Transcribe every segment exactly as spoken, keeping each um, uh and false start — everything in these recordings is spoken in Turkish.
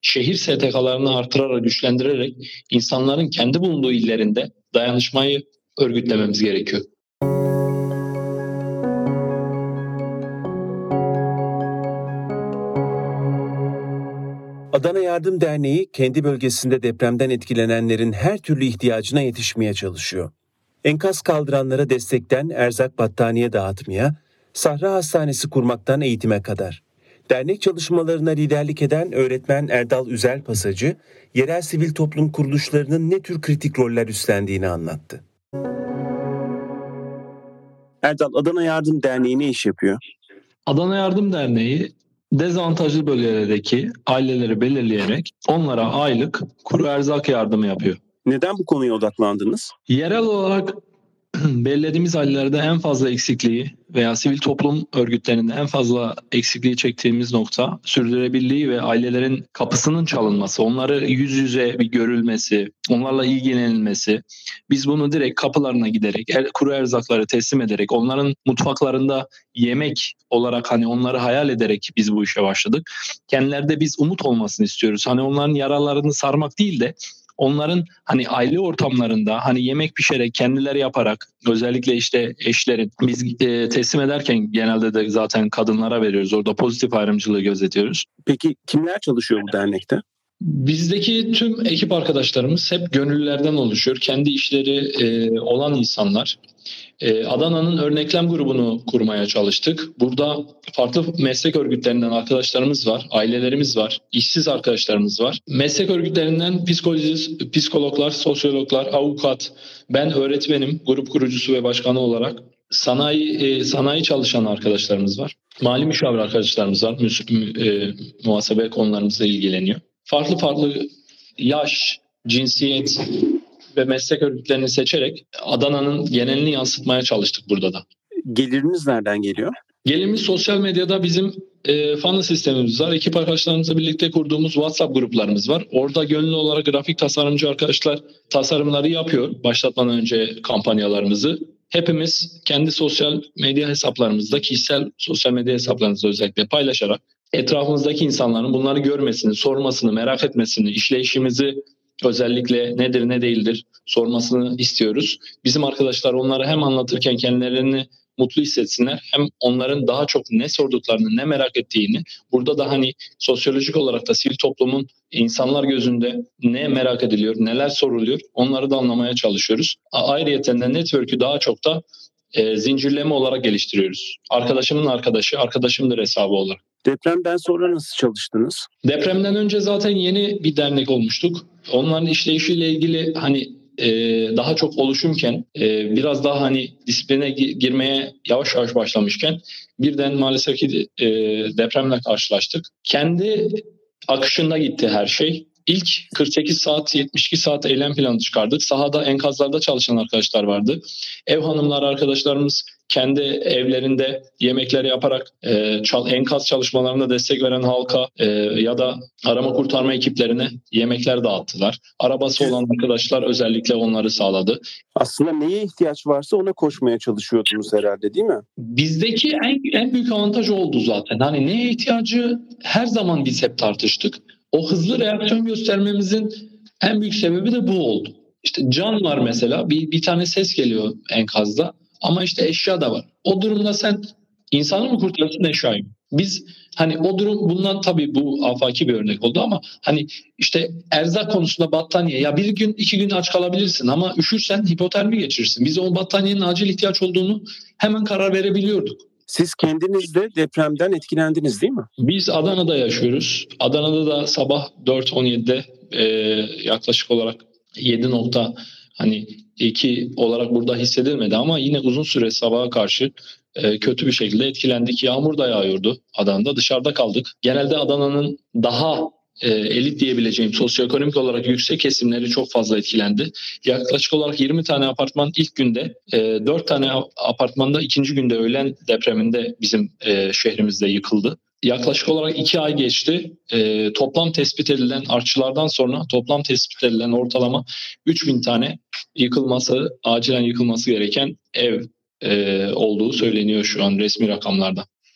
şehir S T K'larını artırarak, güçlendirerek insanların kendi bulunduğu illerinde dayanışmayı örgütlememiz gerekiyor. Adana Yardım Derneği kendi bölgesinde depremden etkilenenlerin her türlü ihtiyacına yetişmeye çalışıyor. Enkaz kaldıranlara destekten erzak battaniye dağıtmaya, sahra hastanesi kurmaktan eğitime kadar. Dernek çalışmalarına liderlik eden öğretmen Erdal Üzelpasacı, yerel sivil toplum kuruluşlarının ne tür kritik roller üstlendiğini anlattı. Erdal, Adana Yardım Derneği ne iş yapıyor? Adana Yardım Derneği dezavantajlı bölgelerdeki aileleri belirleyerek onlara aylık kuru erzak yardımı yapıyor. Neden bu konuya odaklandınız? Yerel olarak belirlediğimiz ailelerde en fazla eksikliği veya sivil toplum örgütlerinde en fazla eksikliği çektiğimiz nokta sürdürülebilirliği ve ailelerin kapısının çalınması, onları yüz yüze bir görülmesi, onlarla ilgilenilmesi. Biz bunu direkt kapılarına giderek, er, kuru erzakları teslim ederek, onların mutfaklarında yemek olarak hani onları hayal ederek biz bu işe başladık. Kendilerinde biz umut olmasını istiyoruz. Hani onların yaralarını sarmak değil de onların hani aile ortamlarında hani yemek pişerek kendileri yaparak özellikle işte eşlerin biz e, teslim ederken genelde de zaten kadınlara veriyoruz. Orada pozitif ayrımcılığı gözetiyoruz. Peki kimler çalışıyor bu dernekte? Bizdeki tüm ekip arkadaşlarımız hep gönüllülerden oluşuyor. Kendi işleri e, olan insanlar. E, Adana'nın örneklem grubunu kurmaya çalıştık. Burada farklı meslek örgütlerinden arkadaşlarımız var, ailelerimiz var, işsiz arkadaşlarımız var. Meslek örgütlerinden psikolojist, psikologlar, sosyologlar, avukat, ben öğretmenim, grup kurucusu ve başkanı olarak. Sanayi e, sanayi çalışan arkadaşlarımız var. Mali müşavir arkadaşlarımız var. Mü, e, muhasebe konularımızla ilgileniyor. Farklı farklı yaş, cinsiyet ve meslek örgütlerini seçerek Adana'nın genelini yansıtmaya çalıştık burada da. Geliriniz nereden geliyor? Gelirimiz sosyal medyada bizim e, funnel sistemimiz var. Ekip arkadaşlarımızla birlikte kurduğumuz WhatsApp gruplarımız var. Orada gönüllü olarak grafik tasarımcı arkadaşlar tasarımları yapıyor başlatmadan önce kampanyalarımızı. Hepimiz kendi sosyal medya hesaplarımızda, kişisel sosyal medya hesaplarımızda özellikle paylaşarak etrafımızdaki insanların bunları görmesini, sormasını, merak etmesini, işleyişimizi özellikle nedir ne değildir sormasını istiyoruz. Bizim arkadaşlar onları hem anlatırken kendilerini mutlu hissetsinler hem onların daha çok ne sorduklarını, ne merak ettiğini, burada da hani sosyolojik olarak da sivil toplumun insanlar gözünde ne merak ediliyor, neler soruluyor onları da anlamaya çalışıyoruz. Ayrıyeten de network'ü daha çok da e, zincirleme olarak geliştiriyoruz. Arkadaşımın arkadaşı, arkadaşımdır hesabı olarak. Depremden sonra nasıl çalıştınız? Depremden önce zaten yeni bir dernek olmuştuk. Onların işleyişiyle ilgili hani e, daha çok oluşumken e, biraz daha hani disipline girmeye yavaş yavaş başlamışken birden maalesef ki e, depremle karşılaştık. Kendi akışında gitti her şey. İlk kırk sekiz saat, yetmiş iki saat eylem planı çıkardık. Sahada, enkazlarda çalışan arkadaşlar vardı. Ev hanımları arkadaşlarımız kendi evlerinde yemekleri yaparak e, çal, enkaz çalışmalarına destek veren halka e, ya da arama kurtarma ekiplerine yemekler dağıttılar. Arabası olan arkadaşlar özellikle onları sağladı. Aslında neye ihtiyaç varsa ona koşmaya çalışıyordunuz herhalde, değil mi? Bizdeki en, en büyük avantaj oldu zaten. Hani neye ihtiyacı her zaman biz hep tartıştık. O hızlı reaksiyon göstermemizin en büyük sebebi de bu oldu. İşte can var mesela, bir, bir tane ses geliyor enkazda ama işte eşya da var. O durumda sen insanı mı kurtarırsın, eşyayı mı? Biz hani o durum, bundan tabii bu afaki bir örnek oldu ama hani işte erzak konusunda battaniye, ya bir gün iki gün aç kalabilirsin ama üşürsen hipotermi geçirirsin. Biz o battaniyenin acil ihtiyaç olduğunu hemen karar verebiliyorduk. Siz kendiniz de depremden etkilendiniz değil mi? Biz Adana'da yaşıyoruz. Adana'da da sabah dört on yedide e, yaklaşık olarak yedi nokta hani iki olarak burada hissedilmedi ama yine uzun süre sabaha karşı e, kötü bir şekilde etkilendik. Yağmur da yağıyordu Adana'da. Dışarıda kaldık. Genelde Adana'nın daha e, elit diyebileceğim sosyoekonomik olarak yüksek kesimleri çok fazla etkilendi. Yaklaşık olarak yirmi tane apartman ilk günde, e, dört tane apartmanda ikinci günde öğlen depreminde bizim e, şehrimizde yıkıldı. Yaklaşık olarak iki ay geçti. E, toplam tespit edilen artçılardan sonra toplam tespit edilen ortalama üç bin tane yıkılması, acilen yıkılması gereken ev e, olduğu söyleniyor şu an resmi rakamlarda.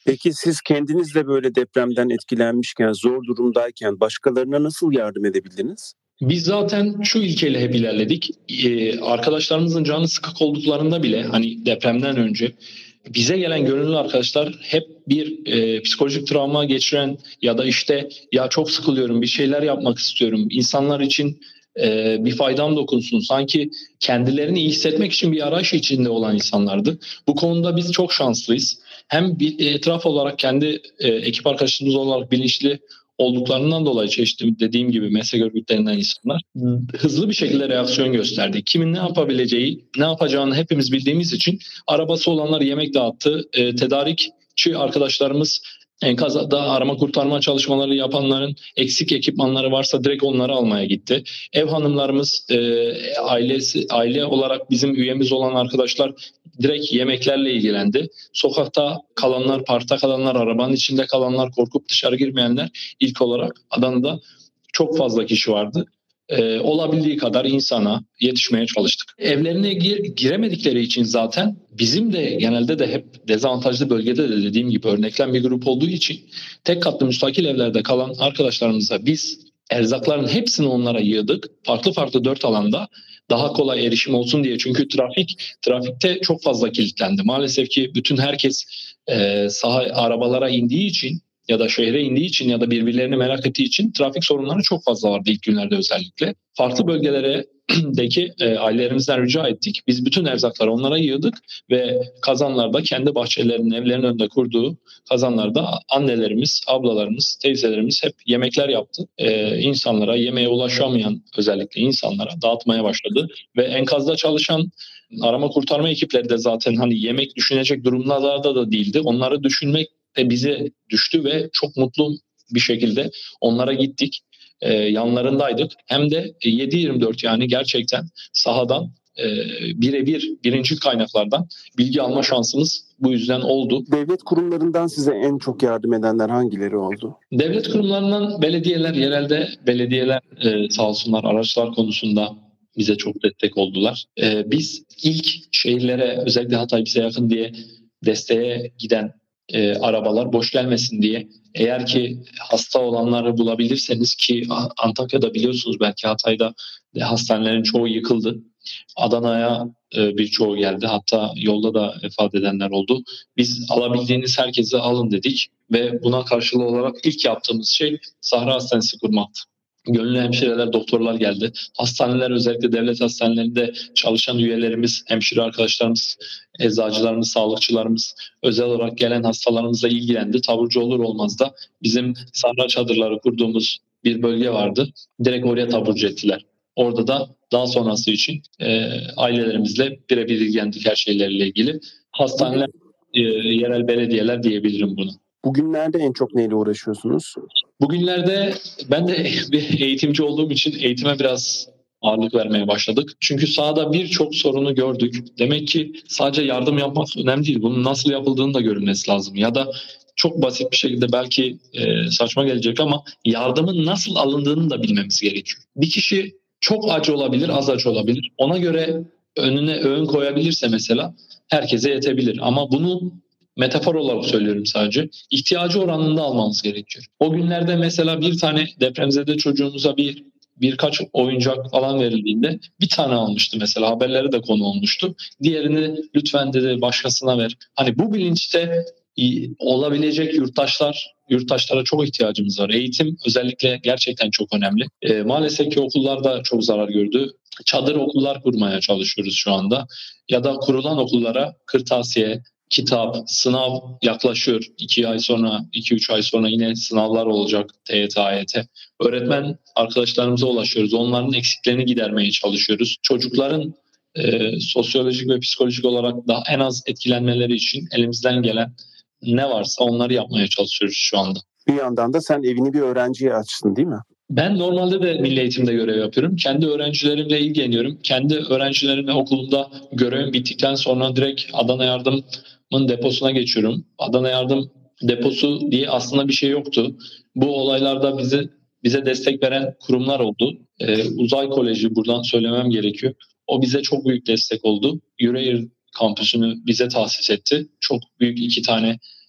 Peki siz kendiniz de böyle depremden etkilenmişken, zor durumdayken başkalarına nasıl yardım edebildiniz? Biz zaten şu ilkeyle hep ilerledik. Ee, arkadaşlarımızın canı sıkık olduklarında bile hani depremden önce bize gelen gönüllü arkadaşlar hep bir e, psikolojik travma geçiren ya da işte ya çok sıkılıyorum, bir şeyler yapmak istiyorum, insanlar için e, bir faydam dokunsun. Sanki kendilerini iyi hissetmek için bir arayış içinde olan insanlardı. Bu konuda biz çok şanslıyız. Hem bir etraf olarak kendi e, ekip arkadaşlarımız olarak bilinçli olduklarından dolayı çeşitli dediğim gibi meslek örgütlerinden insanlar hızlı bir şekilde reaksiyon gösterdi. Kimin ne yapabileceği, ne yapacağını hepimiz bildiğimiz için arabası olanlar yemek dağıttı. E, tedarikçi arkadaşlarımız enkazda arama kurtarma çalışmaları yapanların eksik ekipmanları varsa direkt onları almaya gitti. Ev hanımlarımız, e, ailesi, aile olarak bizim üyemiz olan arkadaşlar direkt yemeklerle ilgilendi. Sokakta kalanlar, parkta kalanlar, arabanın içinde kalanlar, korkup dışarı girmeyenler ilk olarak Adana'da çok fazla kişi vardı. Ee, olabildiği kadar insana yetişmeye çalıştık. Evlerine gir, giremedikleri için zaten bizim de genelde de hep dezavantajlı bölgede de dediğim gibi örneklem bir grup olduğu için tek katlı müstakil evlerde kalan arkadaşlarımıza biz erzakların hepsini onlara yığdık. Farklı farklı dört alanda daha kolay erişim olsun diye. Çünkü trafik trafikte çok fazla kilitlendi. Maalesef ki bütün herkes e, saha arabalara indiği için ya da şehre indiği için ya da birbirlerini merak ettiği için trafik sorunları çok fazla vardı ilk günlerde özellikle. Farklı bölgelere deki e, ailelerimizden rica ettik. Biz bütün erzakları onlara yığdık ve kazanlarda kendi bahçelerinin, evlerinin önünde kurduğu kazanlarda annelerimiz, ablalarımız, teyzelerimiz hep yemekler yaptı. E, insanlara, yemeğe ulaşamayan özellikle insanlara dağıtmaya başladı ve enkazda çalışan arama kurtarma ekipleri de zaten hani yemek düşünecek durumlarda da değildi. Onları düşünmek de bize düştü ve çok mutlu bir şekilde onlara gittik. Ee, yanlarındaydık. Hem de yedi yirmi dört yani gerçekten sahadan e, birebir birinci kaynaklardan bilgi alma şansımız bu yüzden oldu. Devlet kurumlarından size en çok yardım edenler hangileri oldu? Devlet kurumlarından belediyeler, yerelde belediyeler e, sağ olsunlar araçlar konusunda bize çok destek oldular. E, biz ilk şehirlere özellikle Hatay bize yakın diye desteğe giden e, arabalar boş gelmesin diye eğer ki hasta olanları bulabilirseniz ki Antakya'da biliyorsunuz belki Hatay'da hastanelerin çoğu yıkıldı. Adana'ya e, birçoğu geldi. Hatta yolda da vefat edenler oldu. Biz alabildiğiniz herkese alın dedik ve buna karşılığı olarak ilk yaptığımız şey Sahra Hastanesi kurmaktı. Gönüllü hemşireler, doktorlar geldi. Hastaneler özellikle devlet hastanelerinde çalışan üyelerimiz, hemşire arkadaşlarımız, eczacılarımız, sağlıkçılarımız özel olarak gelen hastalarımızla ilgilendi. Taburcu olur olmaz da bizim Sahra çadırları kurduğumuz bir bölge vardı. Direkt oraya taburcu ettiler. Orada da daha sonrası için e, ailelerimizle birebir ilgilendik her şeylerle ilgili. Hastaneler, e, yerel belediyeler diyebilirim bunu. Bugünlerde en çok neyle uğraşıyorsunuz? Bugünlerde ben de bir eğitimci olduğum için eğitime biraz ağırlık vermeye başladık. Çünkü sahada birçok sorunu gördük. Demek ki sadece yardım yapmak önemli değil. Bunun nasıl yapıldığını da görülmesi lazım. Ya da çok basit bir şekilde belki e, saçma gelecek ama yardımın nasıl alındığını da bilmemiz gerekiyor. Bir kişi çok aç olabilir, az aç olabilir. Ona göre önüne öğün koyabilirse mesela herkese yetebilir. Ama bunu metafor olarak söylüyorum sadece. İhtiyacı oranında almamız gerekiyor. O günlerde mesela bir tane depremzede çocuğumuza bir birkaç oyuncak falan verildiğinde bir tane almıştı mesela. Haberlere de konu olmuştu. Diğerini lütfen dedi başkasına ver. Hani bu bilinçte olabilecek yurttaşlar, yurttaşlara çok ihtiyacımız var. Eğitim özellikle gerçekten çok önemli. E, maalesef ki okullar da çok zarar gördü. Çadır okullar kurmaya çalışıyoruz şu anda. Ya da kurulan okullara kırtasiye, kitap, sınav yaklaşıyor. iki ay sonra, iki üç ay sonra yine sınavlar olacak T Y T, A Y T. Öğretmen arkadaşlarımıza ulaşıyoruz. Onların eksiklerini gidermeye çalışıyoruz. Çocukların e, sosyolojik ve psikolojik olarak daha en az etkilenmeleri için elimizden gelen ne varsa onları yapmaya çalışıyoruz şu anda. Bir yandan da sen evini bir öğrenciye açtın değil mi? Ben normalde de milli eğitimde görev yapıyorum. Kendi öğrencilerimle ilgileniyorum. Kendi öğrencilerimle okulumda görevim bittikten sonra direkt Adana Yardım'ın deposuna geçiyorum. Adana Yardım deposu diye aslında bir şey yoktu. Bu olaylarda bizi bize destek veren kurumlar oldu. Ee, Uzay Koleji buradan söylemem gerekiyor. O bize çok büyük destek oldu. Yüreğir kampüsünü bize tahsis etti. Çok büyük iki tane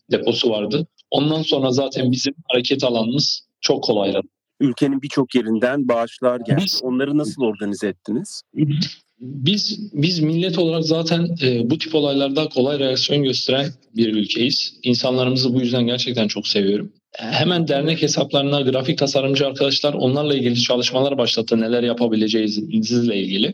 deposu vardı. Ondan sonra zaten bizim hareket alanımız çok kolayladı. Ülkenin birçok yerinden bağışlar geldi. Biz, Onları nasıl organize ettiniz? Biz biz millet olarak zaten e, bu tip olaylarda kolay reaksiyon gösteren bir ülkeyiz. İnsanlarımızı bu yüzden gerçekten çok seviyorum. Hemen dernek hesaplarına grafik tasarımcı arkadaşlar onlarla ilgili çalışmalar başlattı. Neler yapabileceğinizle ilgili.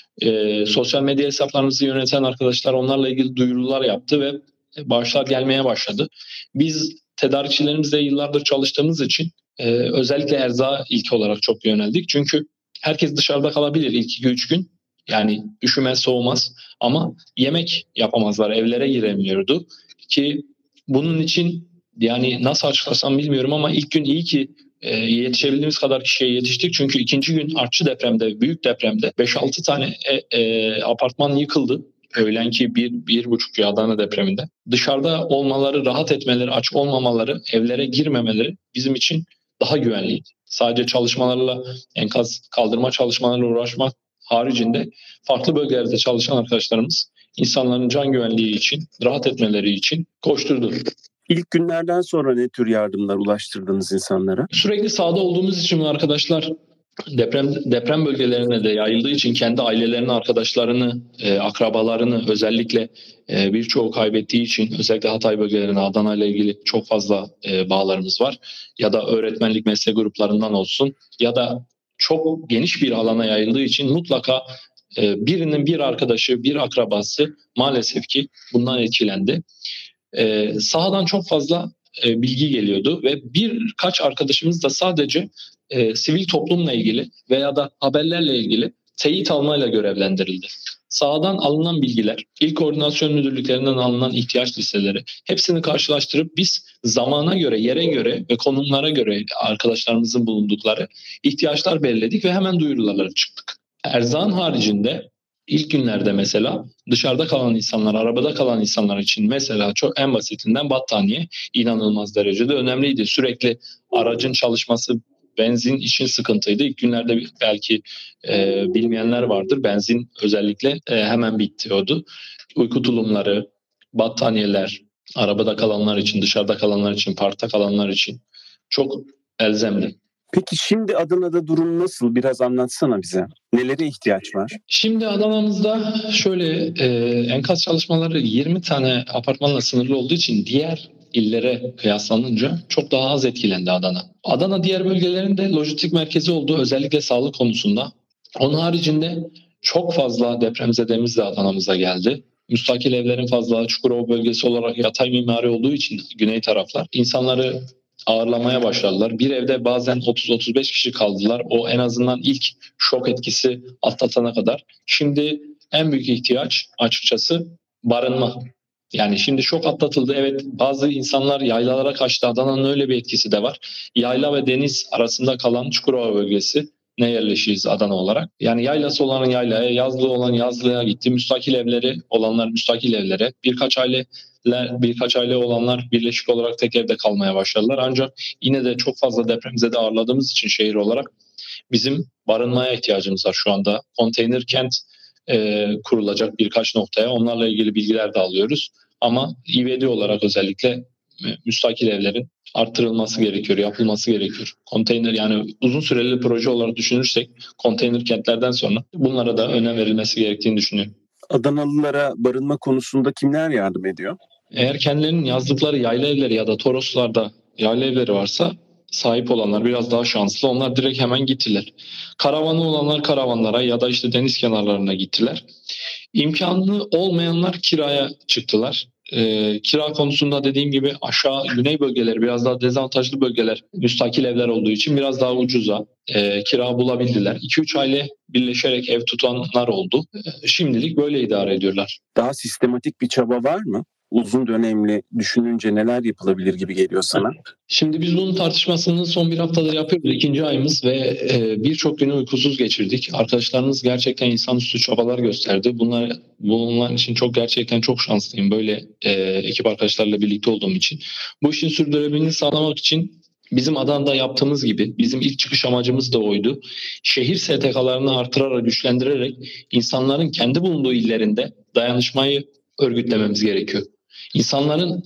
E, sosyal medya hesaplarımızı yöneten arkadaşlar onlarla ilgili duyurular yaptı ve bağışlar gelmeye başladı. Biz tedarikçilerimizle yıllardır çalıştığımız için e, özellikle erzağa ilk olarak çok yöneldik. Çünkü herkes dışarıda kalabilir ilk iki üç gün. Yani üşümez soğumaz ama yemek yapamazlar, evlere giremiyordu ki bunun için yani nasıl açıklasam bilmiyorum ama ilk gün iyi ki e, yetişebildiğimiz kadar kişiye yetiştik. Çünkü ikinci gün artçı depremde, büyük depremde beş altı tane e, e, apartman yıkıldı. Öğlenki bir, bir buçuk Adana depreminde. Dışarıda olmaları, rahat etmeleri, aç olmamaları, evlere girmemeleri bizim için daha güvenliydi. Sadece çalışmalarla, enkaz kaldırma çalışmalarıyla uğraşmak haricinde farklı bölgelerde çalışan arkadaşlarımız insanların can güvenliği için, rahat etmeleri için koşturdu. İlk günlerden sonra ne tür yardımlar ulaştırdınız insanlara? Sürekli sahada olduğumuz için arkadaşlar deprem deprem bölgelerine de yayıldığı için kendi ailelerini, arkadaşlarını, e, akrabalarını özellikle e, birçoğu kaybettiği için özellikle Hatay bölgelerine Adana ile ilgili çok fazla e, bağlarımız var. Ya da öğretmenlik meslek gruplarından olsun ya da çok geniş bir alana yayıldığı için mutlaka e, birinin bir arkadaşı, bir akrabası maalesef ki bundan etkilendi. E, sahadan çok fazla e, bilgi geliyordu ve birkaç arkadaşımız da sadece e, sivil toplumla ilgili veya da haberlerle ilgili teyit almayla görevlendirildi. Sahadan alınan bilgiler, il koordinasyon müdürlüklerinden alınan ihtiyaç listeleri hepsini karşılaştırıp biz zamana göre, yere göre ve konumlara göre arkadaşlarımızın bulundukları ihtiyaçlar belirledik ve hemen duyurularla çıktık. Erzağın haricinde İlk günlerde mesela dışarıda kalan insanlar, arabada kalan insanlar için mesela çok en basitinden battaniye inanılmaz derecede önemliydi. Sürekli aracın çalışması, benzin için sıkıntıydı. İlk günlerde belki e, bilmeyenler vardır. Benzin özellikle e, hemen bitiyordu. Uyku tulumları, battaniyeler, arabada kalanlar için, dışarıda kalanlar için, parkta kalanlar için çok elzemdi. Peki şimdi Adana'da durum nasıl? Biraz anlatsana bize. Nelere ihtiyaç var? Şimdi Adana'mızda şöyle e, enkaz çalışmaları yirmi tane apartmanla sınırlı olduğu için diğer illere kıyaslanınca çok daha az etkilendi Adana. Adana diğer bölgelerinde lojistik merkezi oldu özellikle sağlık konusunda. Onun haricinde çok fazla depremzedemiz de Adana'mıza geldi. Müstakil evlerin fazla Çukurova bölgesi olarak yatay mimari olduğu için güney taraflar insanları ağırlamaya başladılar. Bir evde bazen otuz otuz beş kişi kaldılar. O en azından ilk şok etkisi atlatana kadar. Şimdi en büyük ihtiyaç açıkçası barınma. Yani şimdi şok atlatıldı. Evet bazı insanlar yaylalara kaçtı. Adana'nın öyle bir etkisi de var. Yayla ve deniz arasında kalan Çukurova bölgesi ne yerleşiyiz Adana olarak. Yani yaylası olanın yaylaya, yazlığı olan yazlığa gitti. Müstakil evleri olanlar müstakil evlere. Birkaç aile birkaç aile olanlar birleşik olarak tek evde kalmaya başladılar. Ancak yine de çok fazla depremzede ağırladığımız için şehir olarak bizim barınmaya ihtiyacımız var şu anda. Konteyner kent e, kurulacak birkaç noktaya. Onlarla ilgili bilgiler de alıyoruz. Ama İ V D olarak özellikle müstakil evlerin arttırılması gerekiyor, yapılması gerekiyor. Konteyner yani uzun süreli proje olarak düşünürsek konteyner kentlerden sonra bunlara da önem verilmesi gerektiğini düşünüyorum. Adanalılara barınma konusunda kimler yardım ediyor? Eğer kendilerinin yazdıkları yayla evleri ya da Toroslarda yayla evleri varsa sahip olanlar biraz daha şanslı. Onlar direkt hemen gittiler. Karavanı olanlar karavanlara ya da işte deniz kenarlarına gittiler. İmkanı olmayanlar kiraya çıktılar. Ee, kira konusunda dediğim gibi aşağı güney bölgeleri biraz daha dezavantajlı bölgeler müstakil evler olduğu için biraz daha ucuza e, kira bulabildiler. iki üç aile birleşerek ev tutanlar oldu. E, şimdilik böyle idare ediyorlar. Daha sistematik bir çaba var mı? Uzun dönemli düşününce neler yapılabilir gibi geliyor sana? Şimdi biz bunun tartışmasını son bir haftadır yapıyoruz. İkinci ayımız ve e, birçok günü uykusuz geçirdik. Arkadaşlarımız gerçekten insanüstü çabalar gösterdi. Bunlar, bunlar için çok gerçekten çok şanslıyım. Böyle e, ekip arkadaşlarla birlikte olduğum için. Bu işin sürdürülebilirliğini sağlamak için bizim Adana'da yaptığımız gibi bizim ilk çıkış amacımız da oydu. Şehir S T K'larını artırarak, güçlendirerek insanların kendi bulunduğu illerinde dayanışmayı örgütlememiz gerekiyor. İnsanların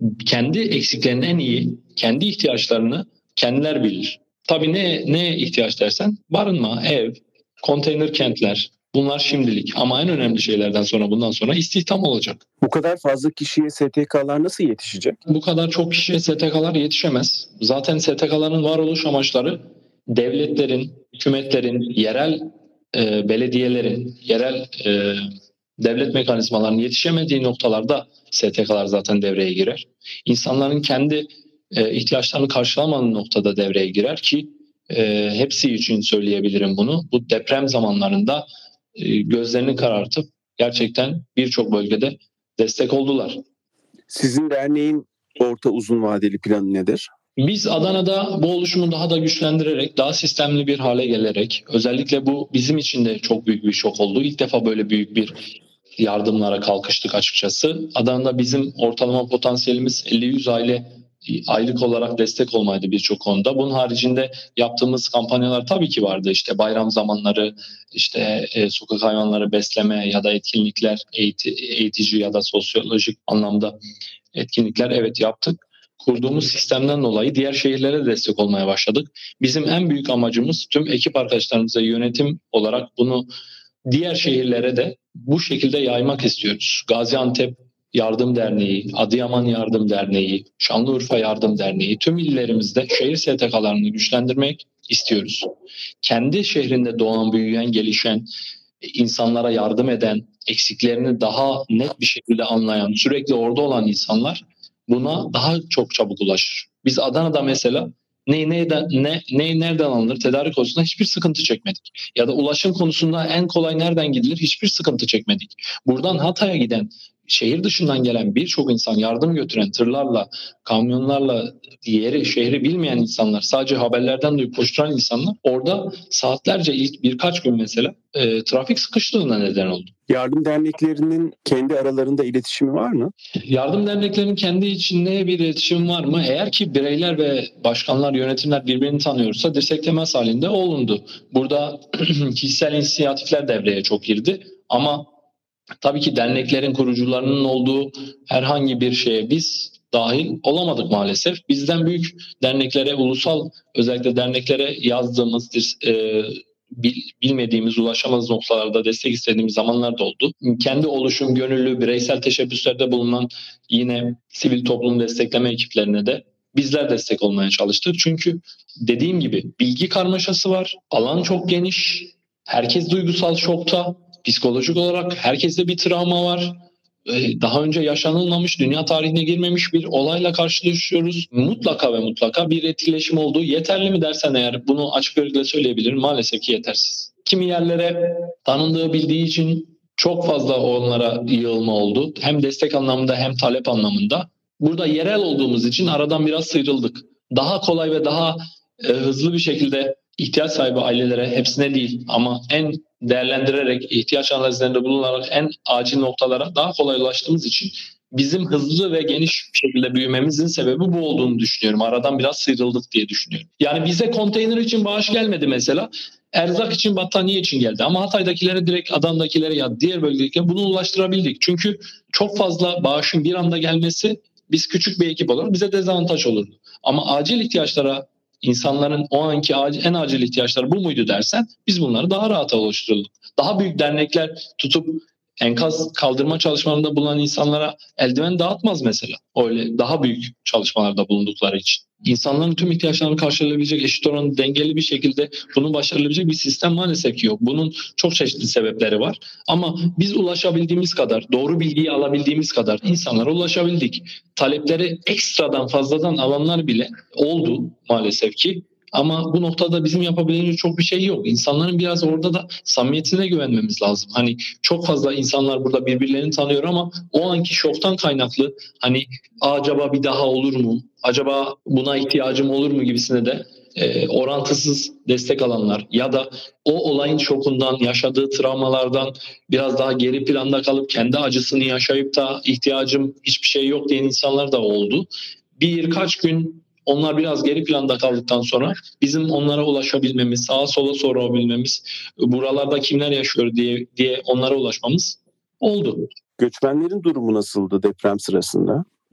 kendi eksiklerini en iyi, kendi ihtiyaçlarını kendiler bilir. Tabii ne ne ihtiyaç dersen barınma, ev, konteyner kentler, bunlar şimdilik, ama en önemli şeylerden sonra bundan sonra istihdam olacak. Bu kadar fazla kişiye S T K'lar nasıl yetişecek? Bu kadar çok kişiye S T K'lar yetişemez. Zaten S T K'ların varoluş amaçları devletlerin, hükümetlerin, yerel e, belediyelerin, yerel e, devlet mekanizmalarının yetişemediği noktalarda S T K'lar zaten devreye girer. İnsanların kendi e, ihtiyaçlarını karşılamadığı noktada devreye girer ki e, hepsi için söyleyebilirim bunu. Bu deprem zamanlarında e, gözlerini karartıp gerçekten birçok bölgede destek oldular. Sizin derneğin orta uzun vadeli planı nedir? Biz Adana'da bu oluşumu daha da güçlendirerek, daha sistemli bir hale gelerek, özellikle bu bizim için de çok büyük bir şok oldu. İlk defa böyle büyük bir yardımlara kalkıştık açıkçası. Adana'da bizim ortalama potansiyelimiz elli yüz aile aylık olarak destek olmaydı birçok konuda. Bunun haricinde yaptığımız kampanyalar tabii ki vardı. İşte bayram zamanları, işte e, sokak hayvanları besleme ya da etkinlikler, eğiti, eğitici ya da sosyolojik anlamda etkinlikler evet yaptık. Kurduğumuz sistemden dolayı diğer şehirlere destek olmaya başladık. Bizim en büyük amacımız tüm ekip arkadaşlarımıza yönetim olarak bunu diğer şehirlere de bu şekilde yaymak istiyoruz. Gaziantep Yardım Derneği, Adıyaman Yardım Derneği, Şanlıurfa Yardım Derneği tüm illerimizde şehir S T K'larını güçlendirmek istiyoruz. Kendi şehrinde doğan, büyüyen, gelişen, insanlara yardım eden, eksiklerini daha net bir şekilde anlayan, sürekli orada olan insanlar buna daha çok çabuk ulaşır. Biz Adana'da mesela ne neyden ne ne nereden alınır tedarik konusunda hiçbir sıkıntı çekmedik. Ya da ulaşım konusunda en kolay nereden gidilir hiçbir sıkıntı çekmedik. Buradan Hatay'a giden, şehir dışından gelen birçok insan, yardım götüren tırlarla, kamyonlarla yeri, şehri bilmeyen insanlar, sadece haberlerden duyup koşturan insanlar orada saatlerce, ilk birkaç gün mesela e, trafik sıkıştığına neden oldu. Yardım derneklerinin kendi aralarında iletişimi var mı? Yardım derneklerinin kendi içinde bir iletişim var mı? Eğer ki bireyler ve başkanlar, yönetimler birbirini tanıyorsa desteklemez halinde olundu. Burada kişisel inisiyatifler devreye çok girdi ama tabii ki derneklerin kurucularının olduğu herhangi bir şeye biz dahil olamadık maalesef. Bizden büyük derneklere, ulusal özellikle derneklere yazdığımız, e, bilmediğimiz, ulaşamadığımız noktalarda destek istediğimiz zamanlar da oldu. Kendi oluşum, gönüllü, bireysel teşebbüslerde bulunan yine sivil toplum destekleme ekiplerine de bizler destek olmaya çalıştık. Çünkü dediğim gibi bilgi karmaşası var, alan çok geniş, herkes duygusal şokta. Psikolojik olarak herkeste bir travma var. Daha önce yaşanılmamış, dünya tarihine girmemiş bir olayla karşılaşıyoruz. Mutlaka ve mutlaka bir etkileşim olduğu. Yeterli mi dersen eğer bunu açık yürekli söyleyebilirim. Maalesef ki yetersiz. Kimi yerlere tanındığı bildiği için çok fazla onlara yığılma oldu. Hem destek anlamında hem talep anlamında. Burada yerel olduğumuz için aradan biraz sıyrıldık. Daha kolay ve daha e, hızlı bir şekilde ihtiyaç sahibi ailelere, hepsine değil ama en değerlendirerek, ihtiyaç analizlerinde bulunarak en acil noktalara daha kolay ulaştığımız için bizim hızlı ve geniş bir şekilde büyümemizin sebebi bu olduğunu düşünüyorum. Aradan biraz sıyrıldık diye düşünüyorum. Yani bize konteyner için bağış gelmedi mesela. Erzak için, battaniye için geldi. Ama Hatay'dakilere direkt, Adana'dakilere ya diğer bölgedekilere bunu ulaştırabildik. Çünkü çok fazla bağışın bir anda gelmesi, biz küçük bir ekip olarak bize dezavantaj olurdu. Ama acil ihtiyaçlara, İnsanların o anki acil, en acil ihtiyaçları bu muydu dersen biz bunları daha rahat oluşturduk. Daha büyük dernekler tutup enkaz kaldırma çalışmalarında bulunan insanlara eldiven dağıtmaz mesela. Öyle daha büyük çalışmalarda bulundukları için. İnsanların tüm ihtiyaçlarını karşılayabilecek, eşit oranlı, dengeli bir şekilde bunu başarabilecek bir sistem maalesef ki yok. Bunun çok çeşitli sebepleri var. Ama biz ulaşabildiğimiz kadar, doğru bilgiyi alabildiğimiz kadar insanlara ulaşabildik. Talepleri ekstradan, fazladan alanlar bile oldu maalesef ki. Ama bu noktada bizim yapabileceğimiz çok bir şey yok. İnsanların biraz orada da samimiyetine güvenmemiz lazım. Hani çok fazla insanlar burada birbirlerini tanıyor ama o anki şoktan kaynaklı hani acaba bir daha olur mu? Acaba buna ihtiyacım olur mu gibisine de e, orantısız destek alanlar ya da o olayın şokundan, yaşadığı travmalardan biraz daha geri planda kalıp kendi acısını yaşayıp da ihtiyacım hiçbir şey yok diyen insanlar da oldu. Birkaç gün onlar biraz geri planda kaldıktan sonra bizim onlara ulaşabilmemiz, sağa sola sorabilmemiz, buralarda kimler yaşıyor diye diye onlara ulaşmamız oldu. Göçmenlerin durumu nasıldı deprem sırasında?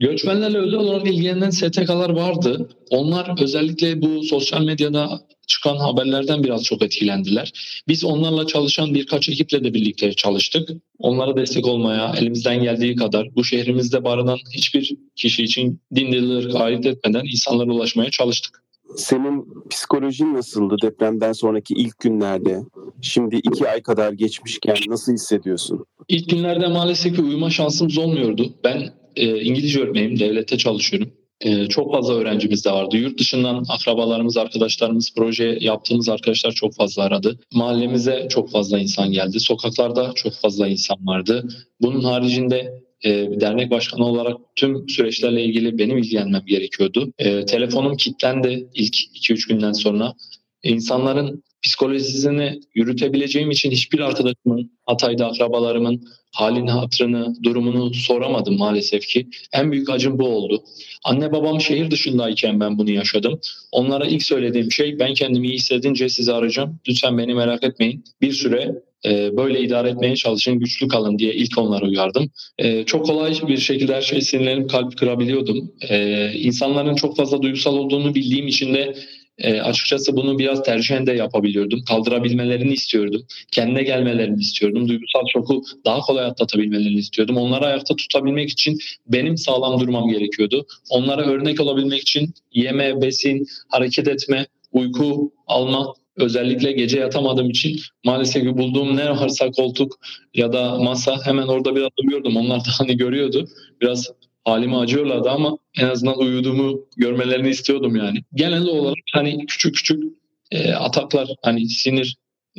Göçmenlerle özel olarak ilgilenen S T K'lar vardı. Onlar özellikle bu sosyal medyada çıkan haberlerden biraz çok etkilendiler. Biz onlarla çalışan birkaç ekiple de birlikte çalıştık. Onlara destek olmaya elimizden geldiği kadar bu şehrimizde barınan hiçbir kişi için din, dil, ırk ayırt etmeden insanlara ulaşmaya çalıştık. Senin psikolojin nasıldı depremden sonraki ilk günlerde? Şimdi iki ay kadar geçmişken nasıl hissediyorsun? İlk günlerde maalesef ki uyuma şansımız olmuyordu. Ben e, İngilizce öğretmeniyim, devlette çalışıyorum. E, çok fazla öğrencimiz de vardı. Yurt dışından akrabalarımız, arkadaşlarımız, proje yaptığımız arkadaşlar çok fazla aradı. Mahallemize çok fazla insan geldi. Sokaklarda çok fazla insan vardı. Bunun haricinde e, bir dernek başkanı olarak tüm süreçlerle ilgili benim ilgilenmem gerekiyordu. E, telefonum kilitlendi ilk iki üç günden sonra. İnsanların psikolojisini yürütebileceğim için hiçbir arkadaşımın, Hatay'da akrabalarımın halini, hatırını, durumunu soramadım maalesef ki. En büyük acım bu oldu. Anne babam şehir dışındayken ben bunu yaşadım. Onlara ilk söylediğim şey, ben kendimi iyi hissedince sizi arayacağım. Lütfen beni merak etmeyin. Bir süre e, böyle idare etmeye çalışın, güçlü kalın diye ilk onları uyardım. E, çok kolay bir şekilde her şey sinirlenip kalp kırabiliyordum. E, insanların çok fazla duygusal olduğunu bildiğim için de E, açıkçası bunu biraz tercihen de yapabiliyordum. Kaldırabilmelerini istiyordum. Kendine gelmelerini istiyordum. Duygusal şoku daha kolay atlatabilmelerini istiyordum. Onları ayakta tutabilmek için benim sağlam durmam gerekiyordu. Onlara örnek olabilmek için yeme, besin, hareket etme, uyku alma, özellikle gece yatamadığım için maalesef ki bulduğum ne varsa koltuk ya da masa hemen orada biraz uyuyordum. Onlar da hani görüyordu. Biraz halime acıyorlardı ama en azından uyuduğumu görmelerini istiyordum yani. Genel olarak hani küçük küçük e, ataklar, hani sinir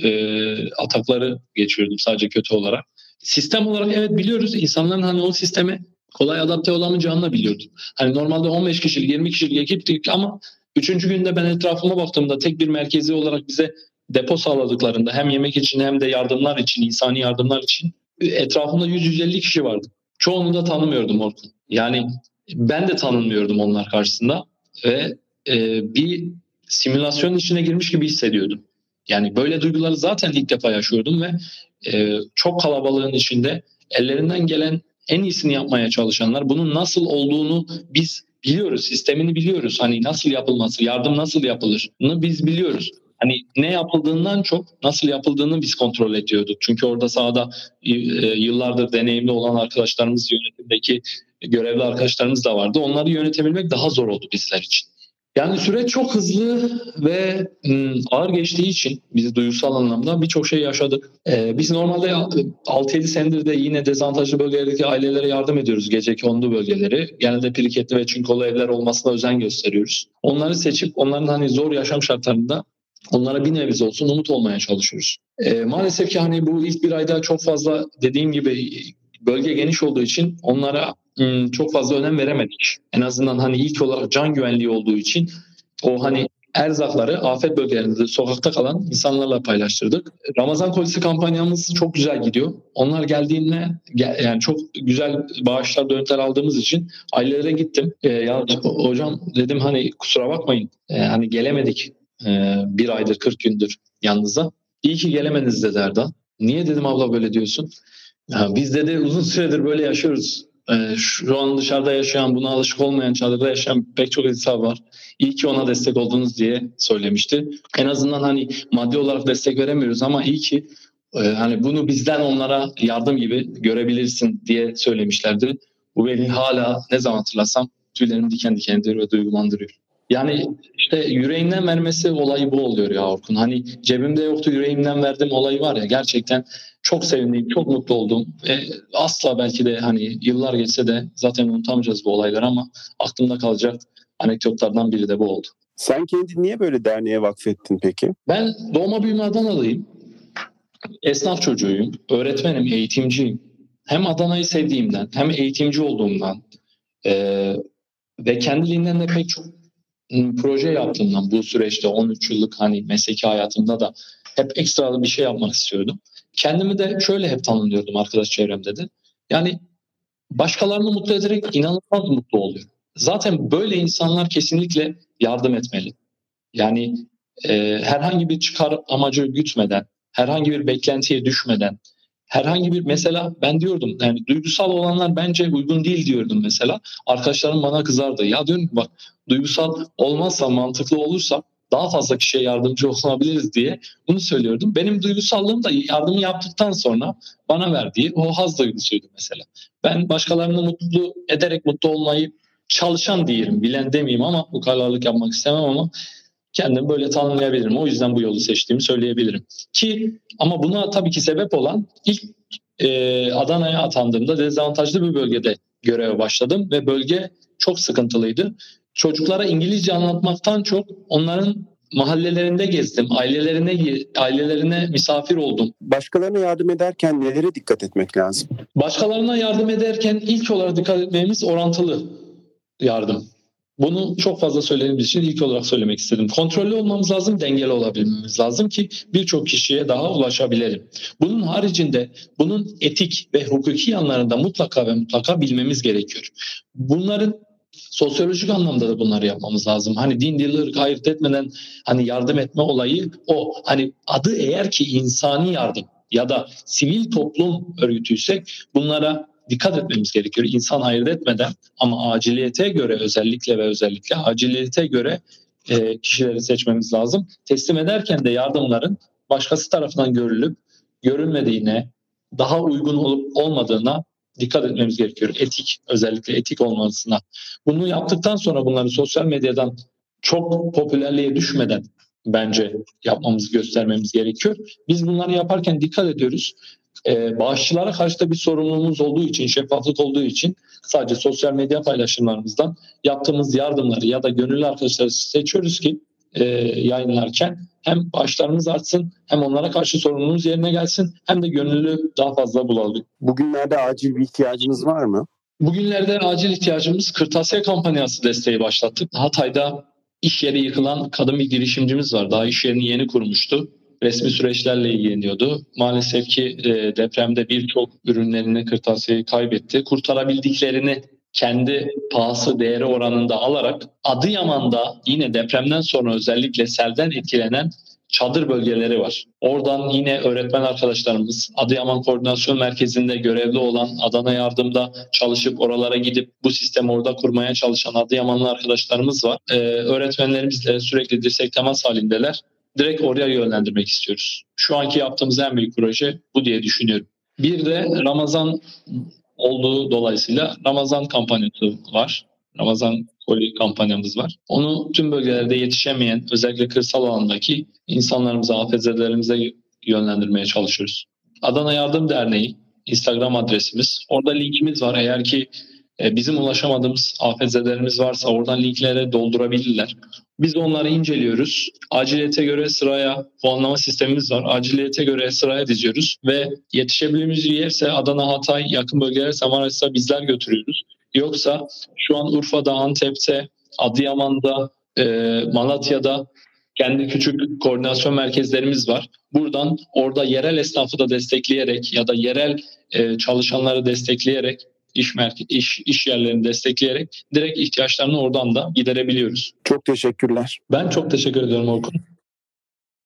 e, atakları geçiriyordum sadece kötü olarak. Sistem olarak evet biliyoruz, insanların hani o sisteme kolay adapte olamayacağını da biliyordum. Hani normalde on beş kişilik, yirmi kişilik ekiptik ama üçüncü günde ben etrafıma baktığımda tek bir merkezi olarak bize depo sağladıklarında hem yemek için hem de yardımlar için, insani yardımlar için etrafımda yüz yüz elli kişi vardı. Çoğunu da tanımıyordum Orkun. Yani ben de tanınmıyordum onlar karşısında ve e, bir simülasyonun içine girmiş gibi hissediyordum. Yani böyle duyguları zaten ilk defa yaşıyordum ve e, çok kalabalığın içinde ellerinden gelen en iyisini yapmaya çalışanlar, bunun nasıl olduğunu biz biliyoruz, sistemini biliyoruz. Hani nasıl yapılması, yardım nasıl yapılırını biz biliyoruz. Hani ne yapıldığından çok nasıl yapıldığını biz kontrol ediyorduk. Çünkü orada sahada yıllardır deneyimli olan arkadaşlarımız, yönetimdeki görevli arkadaşlarımız da vardı. Onları yönetebilmek daha zor oldu bizler için. Yani süreç çok hızlı ve ağır geçtiği için biz duygusal anlamda birçok şey yaşadık. Ee, biz normalde altı yedi senedir de yine dezavantajlı bölgelerdeki ailelere yardım ediyoruz, gece kondu bölgeleri. Genelde piriketli ve çinkolu evler olmasına özen gösteriyoruz. Onları seçip onların hani zor yaşam şartlarında onlara bir nebze olsun umut olmaya çalışıyoruz. E, maalesef ki hani bu ilk bir ayda çok fazla, dediğim gibi bölge geniş olduğu için onlara m, çok fazla önem veremedik. En azından hani ilk olarak can güvenliği olduğu için o hani erzakları afet bölgelerinde sokakta kalan insanlarla paylaştırdık. Ramazan kolisi kampanyamız çok güzel gidiyor. Onlar geldiğinde yani çok güzel bağışlar, dönütler aldığımız için ailelere gittim. E, ya hocam dedim, hani kusura bakmayın, e, hani gelemedik. Ee, bir aydır kırk gündür yanınıza. İyi ki gelemediniz dedi Erdoğan. Niye dedim abla böyle diyorsun? Ya biz dedi uzun süredir böyle yaşıyoruz. Ee, şu an dışarıda yaşayan, buna alışık olmayan, çadırda yaşayan pek çok insan var. İyi ki ona destek oldunuz diye söylemişti. En azından hani maddi olarak destek veremiyoruz ama iyi ki e, hani bunu bizden onlara yardım gibi görebilirsin diye söylemişlerdi. Bu beni hala ne zaman hatırlasam tüylerim diken diken ediyor ve duygulandırıyor. Yani işte yüreğimden vermesi olayı bu oluyor ya Orkun. Hani cebimde yoktu, yüreğimden verdim olayı var ya, gerçekten çok sevindim, çok mutlu oldum. E, asla belki de hani yıllar geçse de zaten unutamayacağız bu olayları ama aklımda kalacak anekdotlardan biri de bu oldu. Sen kendini niye böyle derneğe vakfettin peki? Ben doğma büyüme Adanalıyım. Esnaf çocuğuyum, öğretmenim, eğitimciyim. Hem Adana'yı sevdiğimden hem eğitimci olduğumdan e, ve kendiliğinden de pek çok proje yaptığımdan bu süreçte on üç yıllık hani mesleki hayatımda da hep ekstra bir şey yapmak istiyordum. Kendimi de şöyle hep tanımlıyordum arkadaş çevremde de. Yani başkalarını mutlu ederek inanılmaz mutlu oluyor. Zaten böyle insanlar kesinlikle yardım etmeli. Yani e, herhangi bir çıkar amacı gütmeden, herhangi bir beklentiye düşmeden, Herhangi bir mesela ben diyordum yani duygusal olanlar bence uygun değil diyordum mesela. Arkadaşlarım bana kızardı. Ya diyorum bak duygusal olmazsa mantıklı olursa daha fazla kişiye yardımcı olabiliriz diye bunu söylüyordum. Benim duygusallığım da yardımı yaptıktan sonra bana verdiği o haz duygusuydu mesela. Ben başkalarını mutlu ederek mutlu olmayı çalışan diyelim, bilen demeyeyim ama ukalalık yapmak istemem ama kendimi böyle tanımlayabilirim. O yüzden bu yolu seçtiğimi söyleyebilirim. Ki ama buna tabii ki sebep olan ilk e, Adana'ya atandığımda dezavantajlı bir bölgede göreve başladım ve bölge çok sıkıntılıydı. Çocuklara İngilizce anlatmaktan çok onların mahallelerinde gezdim, ailelerine ailelerine misafir oldum. Başkalarına yardım ederken nelere dikkat etmek lazım? Başkalarına yardım ederken ilk olarak dikkat etmemiz orantılı yardım. Bunu çok fazla söylediğimiz için ilk olarak söylemek istedim. Kontrollü olmamız lazım, dengeli olabilmemiz lazım ki birçok kişiye daha ulaşabilelim. Bunun haricinde bunun etik ve hukuki yanlarında mutlaka ve mutlaka bilmemiz gerekiyor. Bunların sosyolojik anlamda da bunları yapmamız lazım. Hani din, dil, ırk ayırt etmeden hani yardım etme olayı o. Hani adı eğer ki insani yardım ya da sivil toplum örgütüysek bunlara dikkat etmemiz gerekiyor. İnsan ayırt etmeden ama aciliyete göre özellikle ve özellikle aciliyete göre e, kişileri seçmemiz lazım. Teslim ederken de yardımların başkası tarafından görülüp görülmediğine, daha uygun olup olmadığına dikkat etmemiz gerekiyor. Etik, özellikle etik olmasına. Bunu yaptıktan sonra bunları sosyal medyadan çok popülerliğe düşmeden bence yapmamızı göstermemiz gerekiyor. Biz bunları yaparken dikkat ediyoruz. Ee, bağışçılara karşı da bir sorumluluğumuz olduğu için, şeffaflık olduğu için sadece sosyal medya paylaşımlarımızdan yaptığımız yardımları ya da gönüllü arkadaşları seçiyoruz ki e, yayınlarken hem bağışlarımız artsın hem onlara karşı sorumluluğumuz yerine gelsin hem de gönüllü daha fazla bulalım. Bugünlerde acil bir ihtiyacınız var mı? Bugünlerde acil ihtiyacımız kırtasiye kampanyası desteği başlattık. Hatay'da iş yeri yıkılan kadın bir girişimcimiz var. Daha iş yerini yeni kurmuştu. Resmi süreçlerle ilgileniyordu. Maalesef ki e, depremde birçok ürünlerini, kırtasiyeyi kaybetti. Kurtarabildiklerini kendi pahası değeri oranında alarak Adıyaman'da yine depremden sonra özellikle selden etkilenen çadır bölgeleri var. Oradan yine öğretmen arkadaşlarımız Adıyaman Koordinasyon Merkezi'nde görevli olan Adana Yardım'da çalışıp oralara gidip bu sistemi orada kurmaya çalışan Adıyamanlı arkadaşlarımız var. Ee, öğretmenlerimizle sürekli dirsek temas halindeler. Direkt oraya yönlendirmek istiyoruz. Şu anki yaptığımız en büyük proje bu diye düşünüyorum. Bir de Ramazan olduğu dolayısıyla Ramazan kampanyası var. Ramazan koli kampanyamız var. Onu tüm bölgelerde yetişemeyen özellikle kırsal alandaki insanlarımıza, afetzedelerimize yönlendirmeye çalışıyoruz. Adana Yardım Derneği Instagram adresimiz. Orada linkimiz var. Eğer ki bizim ulaşamadığımız afetzedelerimiz varsa oradan linklere doldurabilirler. Biz onları inceliyoruz. Aciliyete göre sıraya puanlama sistemimiz var. Aciliyete göre sıraya diziyoruz ve yetişebildiğimiz yerse Adana, Hatay, yakın bölgelerse Maraş'a bizler götürüyoruz. Yoksa şu an Urfa'da, Antep'te, Adıyaman'da, e, Malatya'da kendi küçük koordinasyon merkezlerimiz var. Buradan orada yerel esnafı da destekleyerek ya da yerel e, çalışanları destekleyerek iş merkez iş iş yerlerini destekleyerek direkt ihtiyaçlarını oradan da giderebiliyoruz. Çok teşekkürler. Ben çok teşekkür ederim Orkun.